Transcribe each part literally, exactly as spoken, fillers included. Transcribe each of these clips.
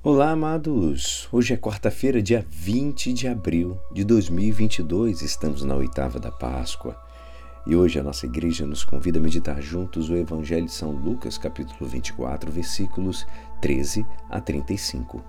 Olá, amados! Hoje é quarta-feira, dia vinte de abril de dois mil e vinte e dois, estamos na oitava da Páscoa. E hoje a nossa igreja nos convida a meditar juntos o Evangelho de São Lucas, capítulo vinte e quatro, versículos treze a trinta e cinco.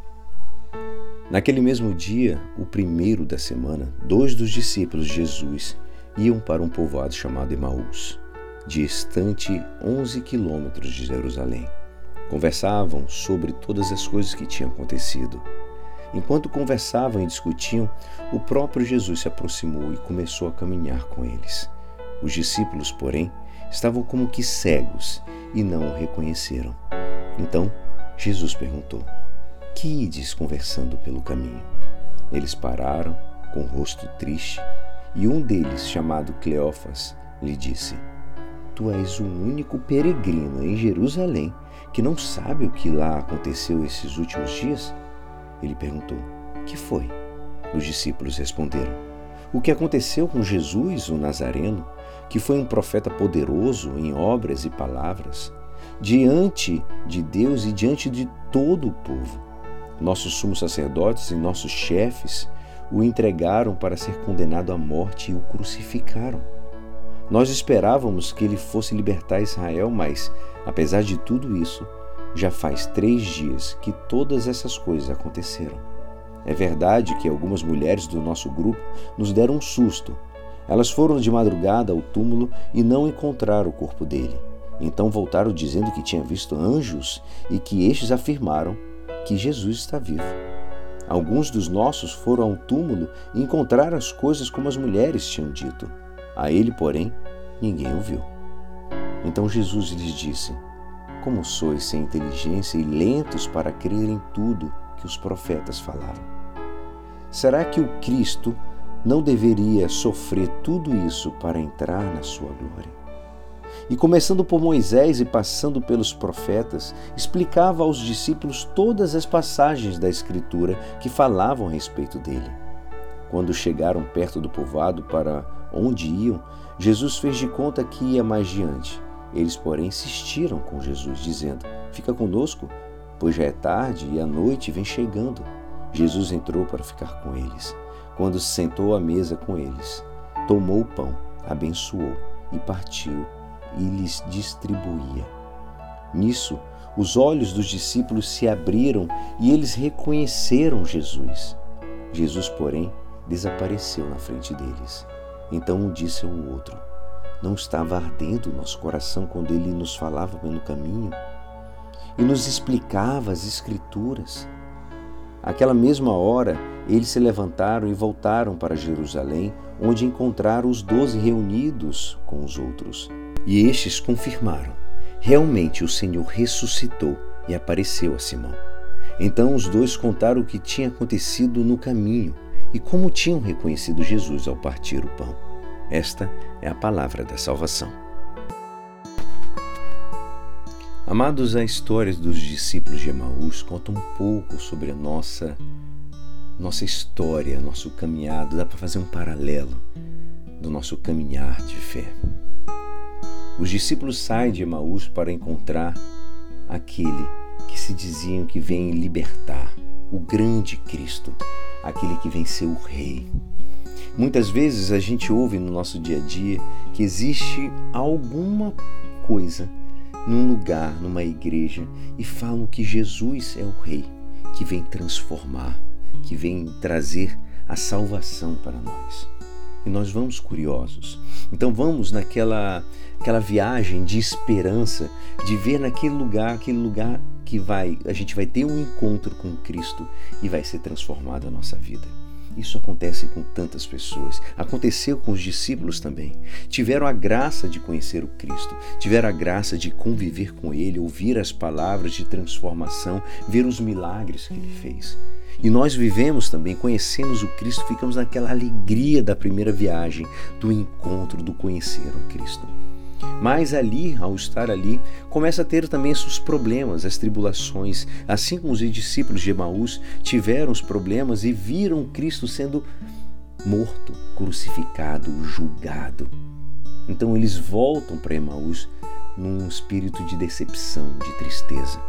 Naquele mesmo dia, o primeiro da semana, dois dos discípulos de Jesus iam para um povoado chamado Emaús, distante onze quilômetros de Jerusalém. Conversavam sobre todas as coisas que tinham acontecido. Enquanto conversavam e discutiam, o próprio Jesus se aproximou e começou a caminhar com eles. Os discípulos, porém, estavam como que cegos e não o reconheceram. Então, Jesus perguntou: "Que ides conversando pelo caminho?" Eles pararam, com o rosto triste, e um deles, chamado Cleófas, lhe disse: "Tu és o único peregrino em Jerusalém que não sabe o que lá aconteceu esses últimos dias?" Ele perguntou: "Que foi?" Os discípulos responderam: "O que aconteceu com Jesus, o Nazareno, que foi um profeta poderoso em obras e palavras, diante de Deus e diante de todo o povo. Nossos sumos sacerdotes e nossos chefes o entregaram para ser condenado à morte e o crucificaram. Nós esperávamos que ele fosse libertar Israel, mas, apesar de tudo isso, já faz três dias que todas essas coisas aconteceram. É verdade que algumas mulheres do nosso grupo nos deram um susto. Elas foram de madrugada ao túmulo e não encontraram o corpo dele. Então voltaram dizendo que tinham visto anjos e que estes afirmaram que Jesus está vivo. Alguns dos nossos foram ao túmulo e encontraram as coisas como as mulheres tinham dito. A ele, porém, ninguém o viu." Então Jesus lhes disse: "Como sois sem inteligência e lentos para crer em tudo que os profetas falaram? Será que o Cristo não deveria sofrer tudo isso para entrar na sua glória?" E começando por Moisés e passando pelos profetas, explicava aos discípulos todas as passagens da Escritura que falavam a respeito dele. Quando chegaram perto do povoado para onde iam, Jesus fez de conta que ia mais diante. Eles, porém, insistiram com Jesus, dizendo: "Fica conosco, pois já é tarde e a noite vem chegando." Jesus entrou para ficar com eles. Quando se sentou à mesa com eles, tomou o pão, abençoou e partiu e lhes distribuía. Nisso, os olhos dos discípulos se abriram e eles reconheceram Jesus. Jesus, porém, desapareceu na frente deles. Então um disse ao outro: "Não estava ardendo o nosso coração quando ele nos falava pelo caminho e nos explicava as Escrituras?" Aquela mesma hora, eles se levantaram e voltaram para Jerusalém, onde encontraram os doze reunidos com os outros. E estes confirmaram: realmente o Senhor ressuscitou e apareceu a Simão. Então os dois contaram o que tinha acontecido no caminho e como tinham reconhecido Jesus ao partir o pão. Esta é a palavra da salvação. Amados, a história dos discípulos de Emaús conta um pouco sobre a nossa, nossa história, nosso caminhado. Dá para fazer um paralelo do nosso caminhar de fé. Os discípulos saem de Emaús para encontrar aquele que se diziam que vem libertar, o grande Cristo, aquele que vem ser o Rei. Muitas vezes a gente ouve no nosso dia a dia que existe alguma coisa num lugar, numa igreja, e falam que Jesus é o Rei, que vem transformar, que vem trazer a salvação para nós. E nós vamos curiosos. Então vamos naquela aquela viagem de esperança, de ver naquele lugar, aquele lugar que vai, a gente vai ter um encontro com Cristo e vai ser transformada a nossa vida. Isso acontece com tantas pessoas. Aconteceu com os discípulos também. Tiveram a graça de conhecer o Cristo, tiveram a graça de conviver com Ele, ouvir as palavras de transformação, ver os milagres que Ele fez. E nós vivemos também, conhecemos o Cristo, ficamos naquela alegria da primeira viagem, do encontro, do conhecer o Cristo. Mas ali, ao estar ali, começa a ter também seus problemas, as tribulações. Assim como os discípulos de Emaús tiveram os problemas e viram Cristo sendo morto, crucificado, julgado. Então eles voltam para Emaús num espírito de decepção, de tristeza.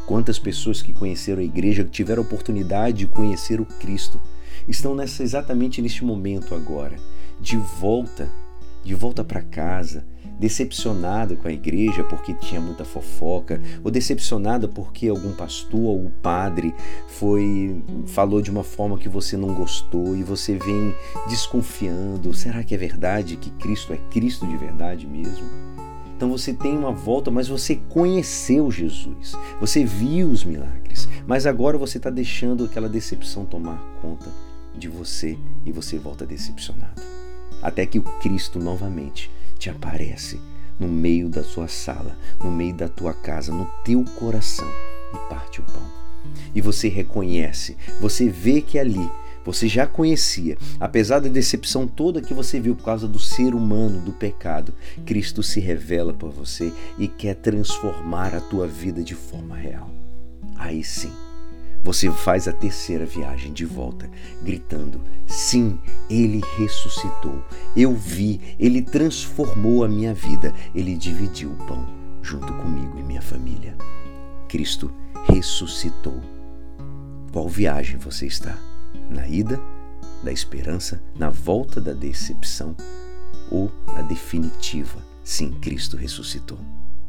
Quantas pessoas que conheceram a igreja, que tiveram a oportunidade de conhecer o Cristo, estão nessa, exatamente neste momento agora, de volta, de volta para casa, decepcionada com a igreja porque tinha muita fofoca, ou decepcionada porque algum pastor ou padre foi, falou de uma forma que você não gostou e você vem desconfiando. Será que é verdade que Cristo é Cristo de verdade mesmo? Então você tem uma volta, mas você conheceu Jesus, você viu os milagres, mas agora você está deixando aquela decepção tomar conta de você e você volta decepcionado. Até que o Cristo novamente te aparece no meio da sua sala, no meio da tua casa, no teu coração e parte o pão. E você reconhece, você vê que ali você já conhecia, apesar da decepção toda que você viu por causa do ser humano, do pecado, Cristo se revela por você e quer transformar a tua vida de forma real. Aí sim, você faz a terceira viagem de volta, gritando: sim, Ele ressuscitou. Eu vi, Ele transformou a minha vida. Ele dividiu o pão junto comigo e minha família. Cristo ressuscitou. Qual viagem você está? Na ida da esperança, na volta da decepção ou na definitiva? Sim, Cristo ressuscitou.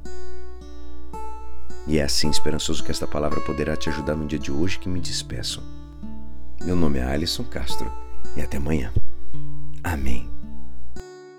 E é assim, esperançoso, que esta palavra poderá te ajudar no dia de hoje, que me despeço. Meu nome é Alisson Castro e até amanhã. Amém.